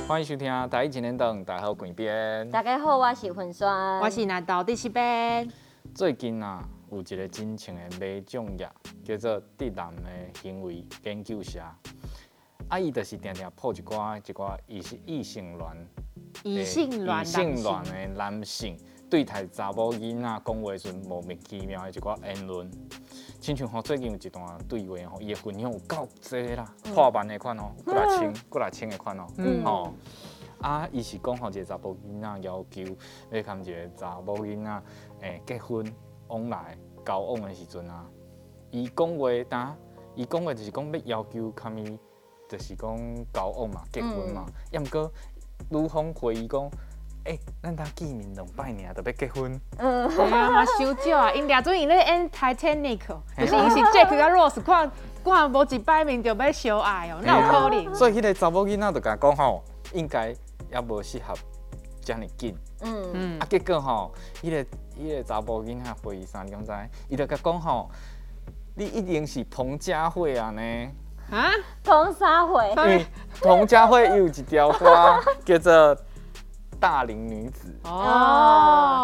欢迎收听《台语一年等》，大家好，贵边。 大家好，我是混酸， 我是南投第7班。 最近啊，有一个真情的美奖业，叫做直男的行为研究社。伊就是定定抱一寡异性恋的男性，对待查某囡仔讲话时莫名其妙的一寡言论。亲像最近有一段对话伊的分享有够多啦，破万的款哦，过来千的款哦。伊是讲一个查某囡仔要求要跟一个查某囡仔结婚往来交往的时阵啊，伊讲话就是讲要求他们就是讲交往嘛，结婚嘛。毋过女方回伊讲。咱才见面2摆尔，就要结婚。 对啊，嘛伤少啊！因掠准因咧演 Titanic， 就是因是 Jack 甲 Rose 看无一摆面就要相爱哦，哪有可能？ 所以迄个查某囡仔就甲讲吼，应该也无适合遮尔紧。结果吼，迄个查某囡仔回伊啥，你敢知？伊就甲讲吼，你一定是彭佳慧啊呢。 啊？ 彭啥会？ 因为彭佳慧有一条歌叫做。大龄女子哦，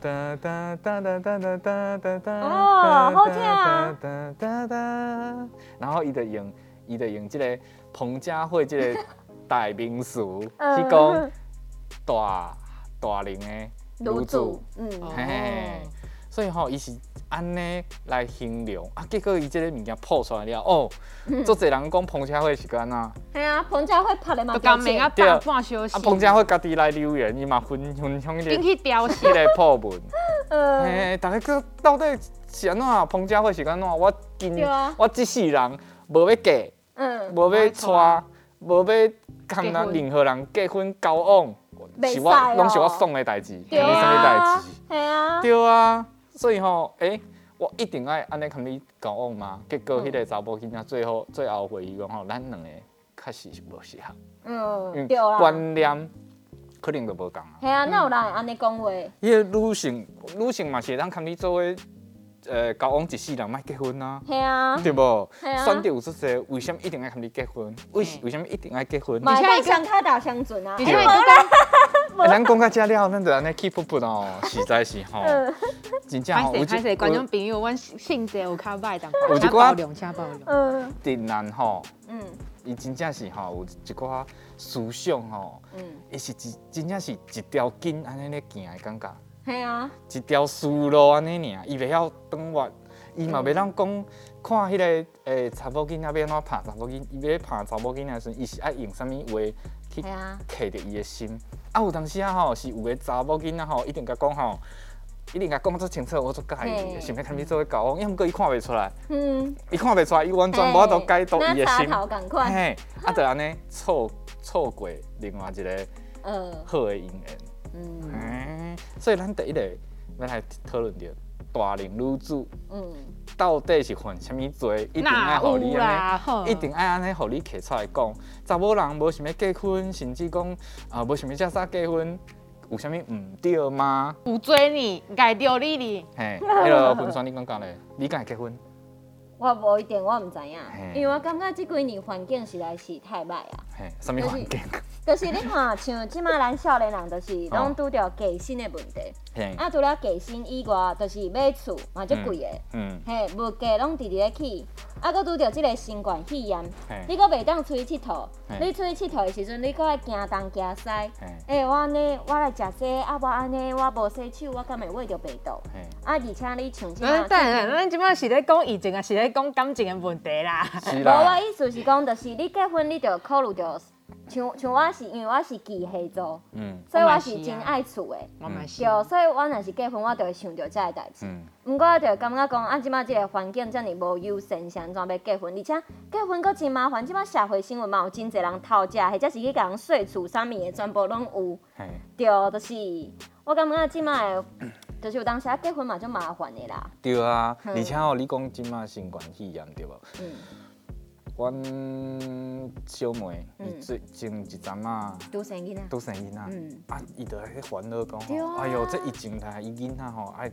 好听啊！ 然后伊就用这个彭佳慧这个代名词去讲大龄的女子，所以伊是安尼来形容结果伊这个物件爆出来了哦，足侪人讲彭佳慧是安怎？ 系啊，彭佳慧拍的嘛， 就讲明半小时。 彭佳慧家己来留言，伊嘛分享引起调戏。 迄个破文，大家讲到底是安怎？彭佳慧是安怎？我一世人无要嫁，无要娶，无要跟任何人结婚交往，是我拢是我爽的代志，肯定什么代志？ 系啊， 对啊。所以吼，我一定爱安尼跟你交往嘛。结果迄个查某囡仔最后回伊讲吼，咱两个确实是无适合。 对啦。 观念可能就无共啊。 系啊，哪有人会安尼讲话？ 迄个女性嘛是会当跟你做伙，交往一世人，莫结婚啊。 系啊。 对无？ 系啊。 选择有出世，为什么一定爱跟你结婚？为什么一定爱结婚？ 嘛会相卡打相准啊。 咱讲到遮了，咱就安尼起伏哦，实在是吼，真正吼。 歹势，观众朋友，阮性格有较歹淡薄， 有一寡请包容。 直男吼，伊真正是吼有一寡思想吼，伊是真正是一条筋安尼咧行的感觉。 系啊。 一条思路安尼尔，伊袂晓转弯，伊嘛袂当讲看迄个查某囡仔要安怎拍查某囡，伊要拍查某囡仔时，伊是爱用啥物话去刻着伊的心。有当时吼是有个查某囡仔吼，一定甲讲吼，一定甲讲足清楚，我足介意，想要跟你做伙交往，毋过伊看袂出来，伊看袂出来，伊完全无法度解读伊的心，就安尼错过另外一个好的姻缘，所以咱第一个要来讨论着大龄女子，到底是犯啥物罪？一定爱互你安尼，一定爱安尼互你摕出来讲。查某人无想要结婚，甚至讲无想要遮早结婚，有啥物唔对吗？ 有罪呢，碍着你呢。 嘿，迄个分酸你感觉咧？你敢会结婚？ 我无一定，我唔知影，因为我感觉这几年环境实在是太歹啊。 嘿，啥物环境？ 就是你看，像即马咱少年人，就是拢拄着价薪的问题。除了价薪以外，就是买厝嘛，足贵的。嘿，物价拢直直咧起，搁拄着即个新冠肺炎，你搁袂当出去佚佗。你出去佚佗的时阵，你搁爱行东行西。我安尼，我来食这，我安尼，我无洗手，我敢会患着病毒。而且你像即马， 咱即马是咧讲疫情啊，是咧讲感情的问题啦。 是啦。 我意思是讲，就是你结婚，你着考虑着。像我是因为我是巨蟹座，所以我是真爱厝的，对，所以我若是结婚，我就会想着这个代志。不过我就感觉讲，即马这个环境遮尔无友善，是安怎要结婚？而且结婚阁真麻烦，即马社会新闻嘛有真侪人偷食，或者是去甲人说厝啥物的，全部拢有。对，就是我感觉即马的，就是有当时结婚嘛就麻烦的啦。 对啊，而且你讲即马新冠肺炎对无？阮小妹，伊最前一阵啊， 拄生囡仔， 伊就喺烦恼讲，哎哟，这疫情啦，伊囡仔吼爱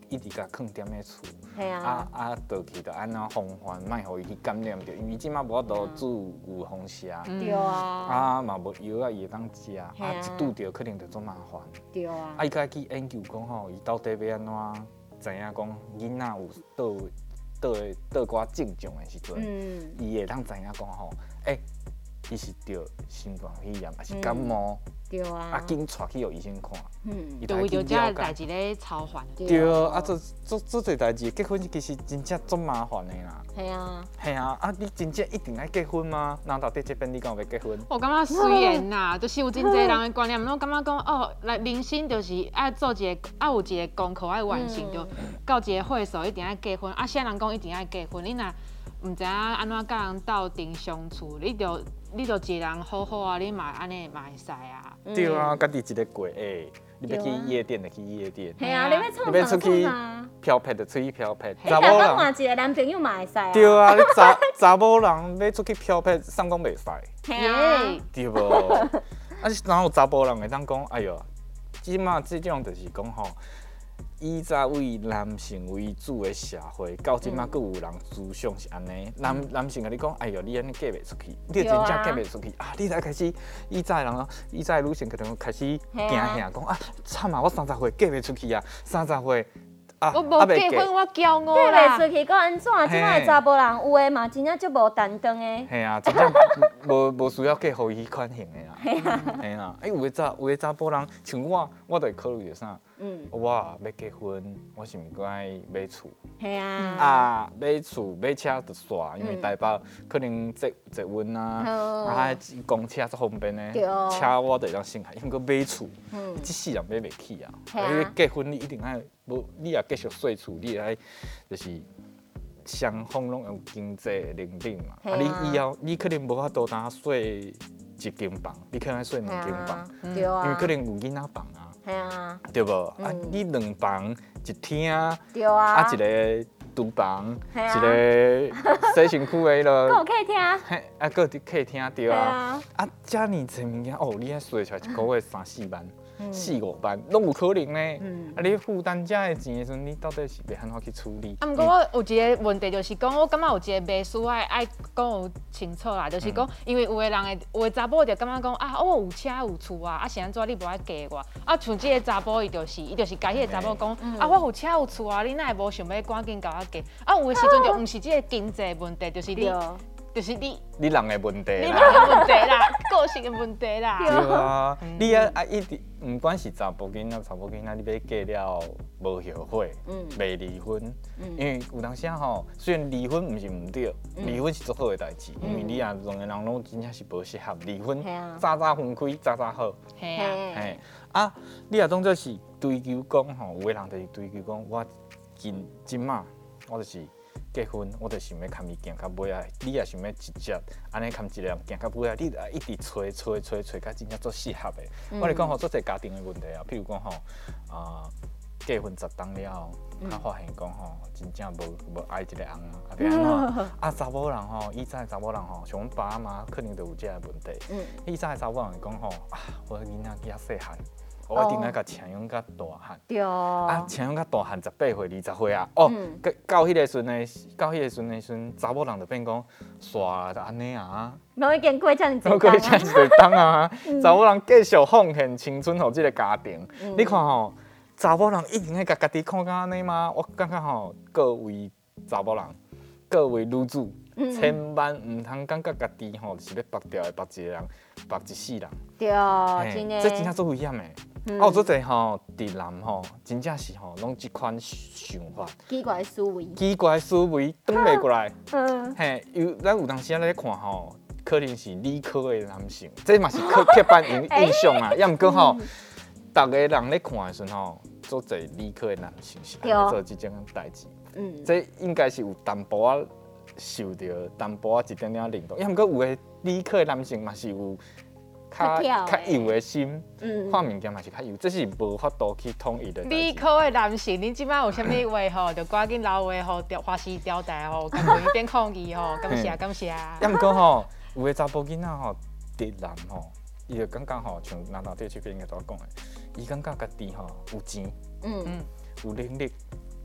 一直甲囥踮咧厝， 系啊， 倒去就安怎防范，莫互伊去感染着，因为即马无法度煮有风邪， 对啊， 嘛无药伊会当食，一拄着可能就做麻烦。 对啊， 伊甲去研究讲吼，伊到底要安怎知影讲囡仔有倒寡症状的时阵，伊会当知影讲吼，伊是着新冠肺炎，还是感冒？ 对啊， 紧带去互医生看。 就为着这代志咧操烦。 对，做侪代志，结婚其实真正足麻烦的啦。系啊，你真正一定要结婚吗？难道伫这边你讲要结婚？ 我感觉虽然啦，就是有真侪人的观念，我感觉讲哦，来人生就是爱做一个，有一个功课爱完成，就到一个岁数一定要结婚。啥人讲一定要结婚？你若唔知影安怎甲人斗阵相处，你就一个人好好啊，你嘛安尼嘛会使啊。 对啊，家己一个过你要去夜店就去夜店。 系啊，你要出去漂泊就出去漂泊。 查某人换一个男朋友嘛会使啊。 对啊，你查某人要出去漂泊，啥讲袂使？ 系啊， 对无？哪有查甫人会当讲？哎哟，即马这种就是讲吼。以前为男性为主的社会，到即马佫有人思想是安尼。男性甲你讲，哎哟，你安尼嫁袂出去，你真正嫁袂出去啊！你才开始，以前人啊，以前女性可能开始惊吓，讲啊，惨啊！我30岁嫁袂出去啊，30岁我无结婚，我骄傲啦。 嫁袂出去，搁安怎？即摆的查甫人有诶嘛，真正足无担当诶。 系啊，真正无需要嫁互伊款型诶啦。系啊，有诶查甫人像我就会考虑着啥？我要结婚，我是毋该买厝。 系啊。 买厝买车就煞，因为台北可能捷运公车足方便诶。车我就会当省下，因为买厝，一世人买袂起啊。你结婚你一定爱，你也继续睡厝，你爱就是双方拢有经济能力嘛。你以后你可能无法度当睡一间房，你可能睡2间房，因为可能有囡仔房啊。 系啊， 对无？你2房一厅， 对啊， 一个厨房，一个洗身躯的咯， 搁有客厅， 搁有客厅对啊。遮尔济物件哦，你遐算出来一个月3-4万、4-5万，拢有可能呢。你负担遮个钱的时阵，你到底是要安怎去处理？ 毋过我有一个问题，就是讲，我感觉有一个迷思爱讲有清楚啦，就是讲，因为有的人有的查某就感觉讲啊，我有车有厝啊，是安怎你无爱嫁我？像即个查甫伊就是甲迄个查某讲，我有车有厝啊，你哪会无想要赶紧甲我嫁？有的时阵就毋是即个经济问题，就是你人的问题啦， 你人的问题啦，个性的问题啦。 对啊，你一直唔管是查甫囡仔、查某囡仔，你要嫁了无后悔，袂离婚，因为有当时吼，虽然离婚毋是毋对，离婚是足好的代志，因为你啊两个人拢真正是无适合，离婚早分开早好。 系啊，你也当作是追求讲吼，有个人就是追求讲，我今嘛，我就是。结婚，我就想要牵伊行到尾啊！你也想要直接安尼牵一个人行到尾啊！你一直找到真正足适合的。我嚟讲吼，足侪家庭的问题啊，譬如讲吼，结婚10冬了后，发现讲吼，真正无爱一个人啊，变安怎？查某人吼，以前查某人吼，像阮爸妈可能就有这个问题。以前查某人讲吼，我囡仔囝细汉。我一定要甲请养到大汉。 对。 请养到大汉18岁、20岁啊。到迄个时阵，查某人就变讲，煞就安尼啊。 拢已经过遮尔济冬。 过遮尔济冬啊！查某人继续奉献青春互即个家庭。你看吼，查某人一定要甲家己看甲安尼吗？我感觉吼，各位查某人，各位女子，千万唔通感觉家己吼是要绑掉的，绑一个人，绑一世人。 对，真诶。 这真正足危险的。有足侪吼，直男吼，真正是吼，拢即款想法。 奇怪思维。 转袂过来。咱有当时咧看吼，可能是理科的男性，这嘛是刻板印象啊。要毋过吼，逐个人咧看的时阵吼，足侪理科的男性是安尼做即种代志。这应该是有淡薄仔受到淡薄仔一点点领导。要毋过有诶理科的男性嘛是有。较幼的心，看物件嘛是较幼，这是无法度去统一的。 理科的男性，恁即摆有啥物话吼，就赶紧留话吼，花式交代吼，赶快变抗议吼，感谢。 要毋过吼，有个查甫囡仔吼，直男吼，伊就感觉吼，像南投地区应该怎讲的，伊感觉家己吼有钱，有能力，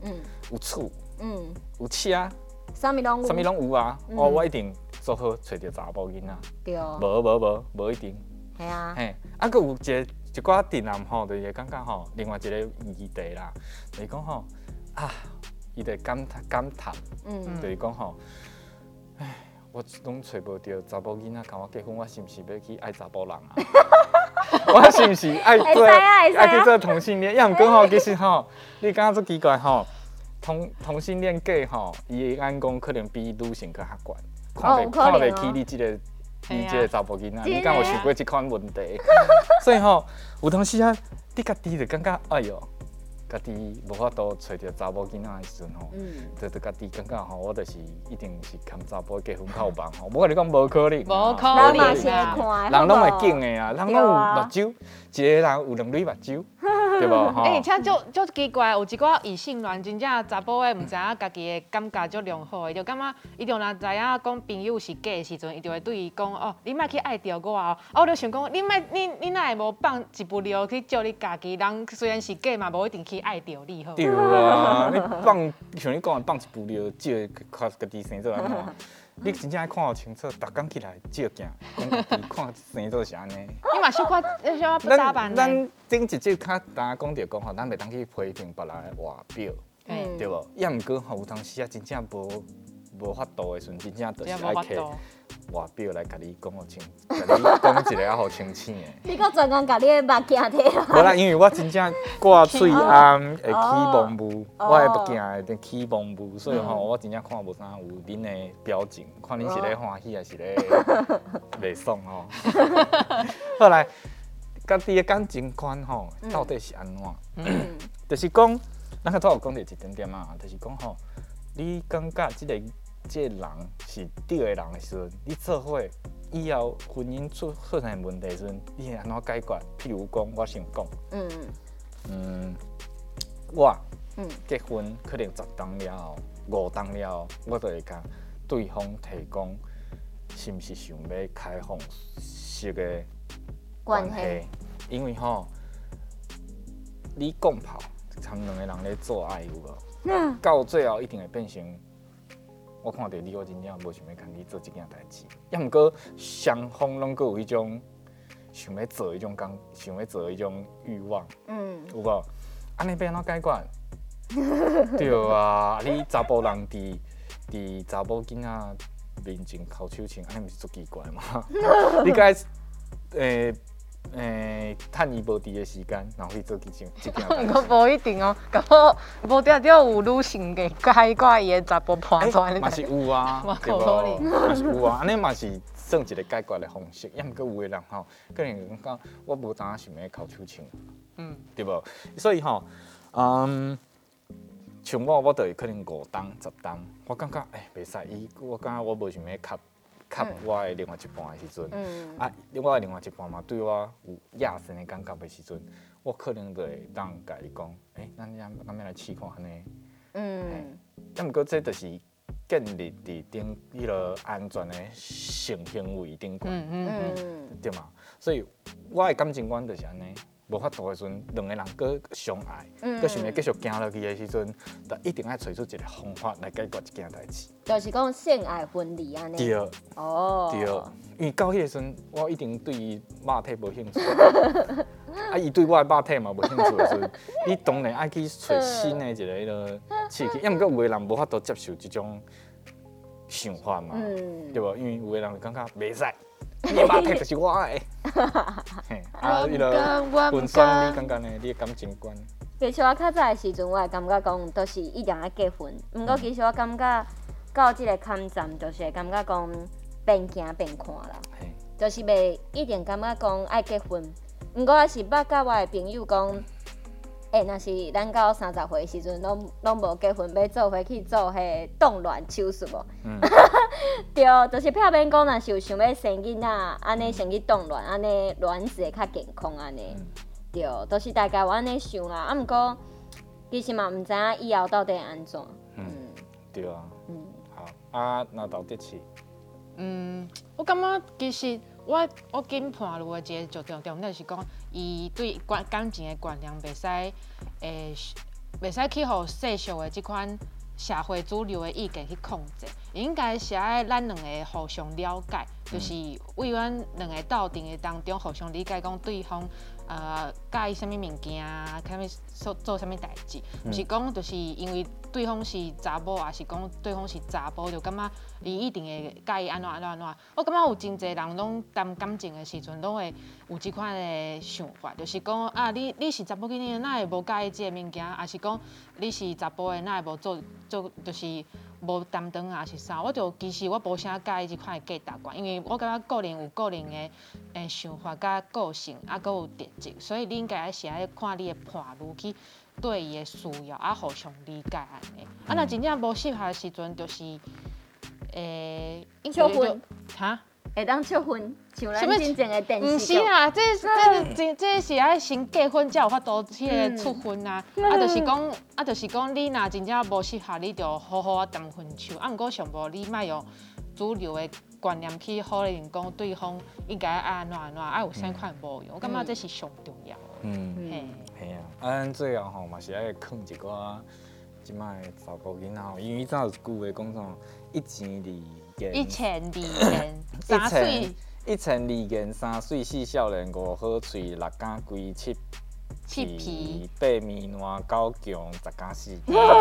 有厝，有车， 啥物拢有， 啥物拢有啊！我一定做好找着查某囡仔。 对。 无一定。 系啊。 嘿，啊，佮有一寡电男吼，就是感觉吼，另外一个议题啦，就是讲吼，伊就感叹，就是讲吼，唉，我拢找无着查某囡仔甲我结婚，我是毋是要去爱查某人啊？我是毋是爱去做同性恋？要毋过吼，其实吼，你感觉足奇怪吼，同性恋假吼，伊的眼光可能比女性较悬，看袂起你即个查某囡仔，你敢有想过即款问题？所以吼，有当时啊，你家己就感觉哎哟。家己无法度找着查某囡仔的时阵吼，就家己感觉吼，我就是一定是跟查甫结婚较有望吼。我甲你讲无可能， 无可能啊！ 人拢会敬的啊，人拢有目睭，一个人有两对目睭，对无？ 而且足奇怪，有一寡异性恋真正查甫的，毋知影家己的感觉足良好，伊就感觉伊就若知影讲朋友是假的时阵，伊就会对伊讲哦，你莫去爱着我哦。我就想讲，你哪会无放一步料去照你家己？人虽然是假嘛，无一定去爱着你好。 对啊，你像你讲的放一步料，照看家己生做安怎？你真正爱看好清楚，逐工起来照镜，讲家己看生做是安尼。 你嘛小可不打扮呢？ 咱顶一集较单讲着讲吼，咱袂当去批评别人的外表，对无？也毋过吼，有当时啊，真正无法度的时阵，真正就是爱摕外表来甲你讲好清，甲你讲一个好清醒的。 你搁专工甲你的目镜摕落？ 无啦，因为我真正挂喙暗会起蒙雾，我的目镜会起蒙雾，所以吼，我真正看无啥有恁的表情，看恁是咧欢喜还是咧袂爽吼。后来，家己的感情观吼，到底是安怎？就是讲，咱较早有讲到一点点啊，就是讲吼，你感觉即个人是对的人的时阵，你做伙以后婚姻出现问题的时阵，你会安怎解决？譬如讲，我先讲，我结婚可能10档了后，5档了后，我就会甲对方提供是毋是想要开放式的关系，因为吼，你讲炮，他们两个人咧做爱有无？到最后一定会变成。我看到你，我真正无想要跟你做这件代志。也毋过双方拢各有迄种想要做迄种想要做迄种欲望，有无？安尼要安怎解决？对啊，你查甫人伫查某囡仔面前抠手亲，安尼毋是足奇怪嘛？你该趁伊无伫的时间，然后去做这件代志。 无一定哦，搞无定定有女性嘅解决伊的查甫伴出来。 嘛是有啊，对无？嘛是有啊，安尼嘛是算一个解决的方式。也毋过有的人吼，可能讲我无知影想要抠手亲，对无？所以吼，像我就可能5档、10档，我感觉袂使，我感觉我无想要吸我的另外一半的时阵，我的另外一半嘛对我有亚生的感觉的时阵，我可能就会当甲伊讲，咱要来试看安尼。但毋过这就是建立伫顶迄个安全的性行为顶悬，对嘛？所以我的感情观就是安尼。无法度的时阵，两个人搁相爱，搁想要继续行落去的时阵，就一定要找出一个方法来解决这件代志。 就是讲性爱分离安尼。 对。对。因为到迄个时阵，我一定对伊肉体无兴趣，伊对我的肉体嘛无兴趣的时阵，你当然爱去找新的一个迄个刺激。因为有个人无法度接受这种想法嘛，对无？因为有个人感觉袂使。你肉体就是我的，迄个分酸，你感觉呢？你的感情观？ 其实我较早的时阵，我会感觉讲，都是一定要结婚。毋过其实我感觉到即个坎站，就是会感觉讲边行边看啦，就是袂一定感觉讲爱结婚。毋过我是捌甲我的朋友讲，若是咱到30岁的时阵，拢无结婚，要做回去做迄冻卵手术无？对，就是避免讲，若是有想要生囡仔，安尼先去冻卵，安尼卵子会较健康安尼。对，都是大概有安尼想啦。毋过其实嘛，毋知影以后到底会安怎。 对啊。好，那到底是？ 我感觉其实我今判入的一个重点就是讲，伊对感情的观念袂使袂使去互世俗的即款社会主流的意见去控制，应该是爱咱两个互相了解，就是为咱两个斗阵的当中互相理解，讲对方介意啥物物件，做啥物代志，毋是讲就是因为对方是查某，还是讲对方是查甫，就感觉伊一定会介意安怎。我感觉有真侪人拢谈感情的时阵，拢会有即款的想法，就是讲啊，你是查某囡仔，哪会无介意即个物件，还是讲你是查甫的，哪会无做就是无担当啊，是啥？其实我无啥介意即款的价值观，因为我感觉个人有个人的想法、甲个性，啊，佮有特质，所以你应该是爱看你的伴侣去对伊的需要，啊，互相理解安尼。啊，若真正无适合的时阵，就是结婚哈。 会当结婚，像咱真正的电视。 唔是啦，这是爱先结婚才有法度迄个出婚啊。就是讲，你若真正无适合，你就好好啊谈分手。啊，毋过上无你莫用主流的观念去否定讲对方应该安怎，爱有啥款无用。我感觉这是上重要。 嘿啊，咱最后吼嘛是爱藏一寡即摆查甫囡仔吼，因为早有一句话讲啥， 3岁 2言3岁4少年5好喙6敢规7皮8面烂9强10敢死。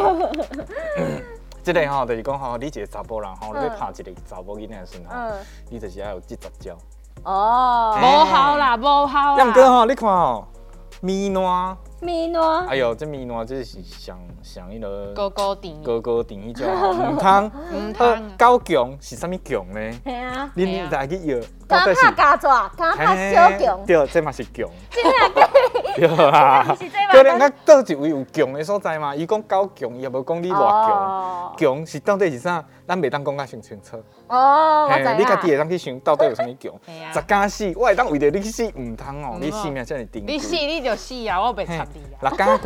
即个吼就是讲吼，你一个查甫人吼，你要拍一个查某囡仔的时候，你就是要有这10招。 哦， 无效啦，无效啦。 要毋过吼，你看吼，面烂。哎呦，这面烂这是上迄个高高甜迄种，唔通9强是啥物强呢？ 系啊， 恁来去摇， 敢拍加蛇，敢拍小强， 对，这嘛是强。 真的对啊，可能咱倒一位有强的所在嘛，伊讲9强，伊也无讲你偌强，强是到底是啥？咱袂当讲甲上清楚。 哦，我知你家己会当去想到底有啥物强？10敢死，我会当为着你去死，唔通哦，你性命遮尔珍贵。 你死你就死啊，我袂插你啊。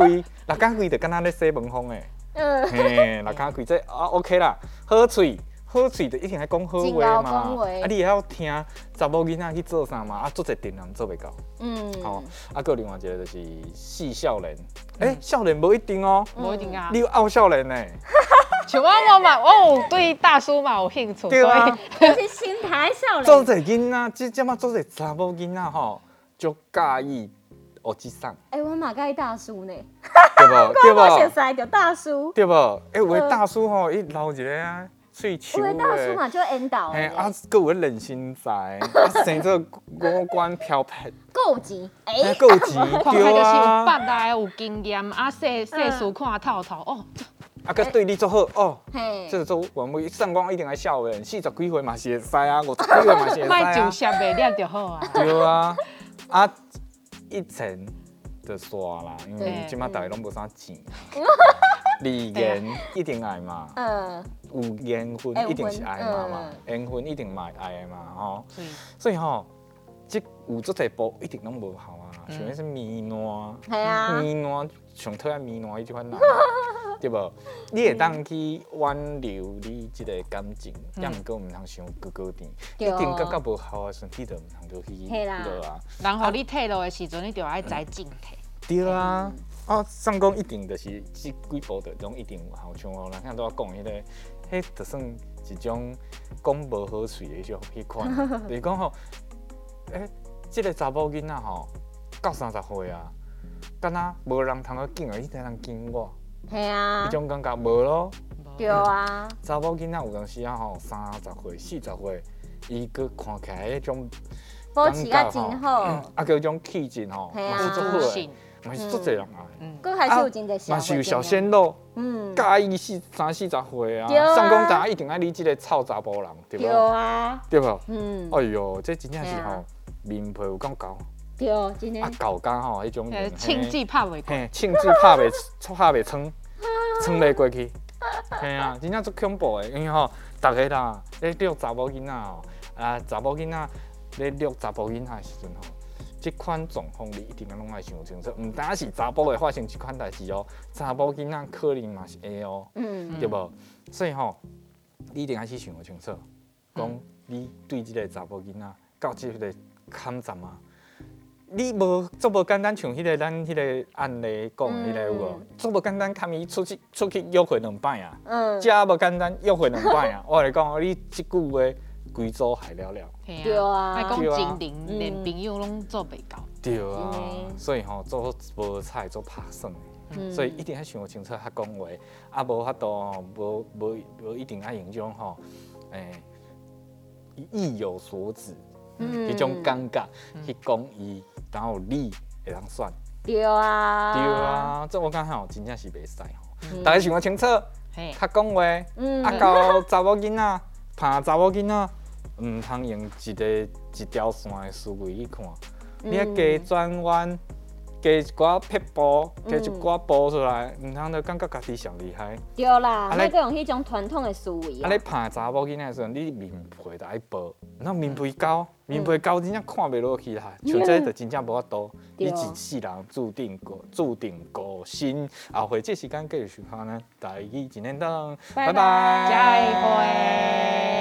6敢规就敢若咧洗门风诶。嘿，6敢规这OK 啦，好喙就一定爱讲好话嘛。啊，你会晓听查某囡仔去做啥嘛？啊，做一定人做袂到。吼，啊，佮另外一个就是4少年。少年无一定哦。 无一定啊。 你有傲少年呢？ 像我有对大叔嘛有兴趣， 对啊， 是心态少年。 做一囡仔，即马做一查某囡仔吼，就介意学即送。 我嘛介意大叔呢。 对无？对无？ 我熟识着大叔。 对无？有诶大叔吼，伊留一个啊，喙鬚诶。 有诶大叔嘛就缘投诶。 啊，佮有练身材，生做五官飘撇。 够钱。 够钱，对啊。 看起就是有捌来，有经验，啊，世事看透透哦。 啊，佮对你做好哦，这个做完美，上光一定爱少年，40几岁嘛是会使啊，50几岁嘛是会使啊。 莫就摄袂了就好啊。 对啊，啊，1000就煞啦，因为即马大家拢无啥钱。2言一定爱嘛，有缘分一定是爱嘛，缘分一定嘛爱的嘛，吼。所以吼，即有足侪步一定拢无效啊，像迄是面烂，面烂上讨厌面烂伊即款人。对无？你会当去挽留你即个感情，也毋过毋通伤高甜。一定到无效的时阵，你就毋通就去落啊。 人互你退落的时阵，你就爱知警惕。 对啊，上讲一定就是即几步就拢一定有效，像我人遐都要讲迄个，迄就算一种讲无好喙的迄款。就是讲吼，即个查某囡仔吼，到30岁啊，敢若无人通去敬啊，伊才通敬我。 系啊， 迄种感觉无咯。 对啊。 查某囡仔有当时啊吼，30岁、40岁，伊佫看起来迄种保持甲真好， 佮迄种气质吼，嘛是足好诶，嘛是足侪人爱。 佫还是有真侪小。 嘛是有小鲜肉，介意30、40岁啊，上讲大家一定爱你即个臭查甫人，对无？ 对啊。 对无？哎哟，这真正是吼，面皮有够厚。 对，真诶。 厚甲吼，迄种庆字拍袂过， 庆字拍袂穿，穿袂过去。嘿啊，真正足恐怖诶，因为吼，逐个啦，咧遛查某囡仔吼，查某囡仔咧遛查甫囡仔诶时阵吼，即款状况你一定要拢爱想清楚，毋单是查甫会发生即款代志哦，查某囡仔可能嘛是会哦，对无？所以吼，你一定爱去想清楚，讲你对即个查甫囡仔到即个坎站啊。 你做无简单，像咱迄个案例讲迄个有无？做无简单，看伊出去约会2摆啊，食无简单，约会2摆啊。我来讲，你即句话规组害了。 对啊， 爱讲真灵，连朋友拢做袂到。 对啊，所以做无菜做拍算的，所以一定要想清楚较讲话，啊无法度无一定爱用种意有所指，迄种感觉去讲伊，然后你会当选。 对啊， 这我感觉真正是袂使吼，大家想清楚，较讲话，到查某囡仔，拍查某囡仔，唔通用一条线的思维去看，你要加转弯。加一寡撇步，加一寡步出来，唔通就感觉家己上厉害。 对啦，莫阁用迄种传统的思维啊。 你拍查某囡仔的时阵，你面皮就爱薄，然后面皮高真正看袂落去啦。像这就真正无法度，你一世人注定孤身。后回这时间继续收看呢，大家一年等，拜拜， 再会。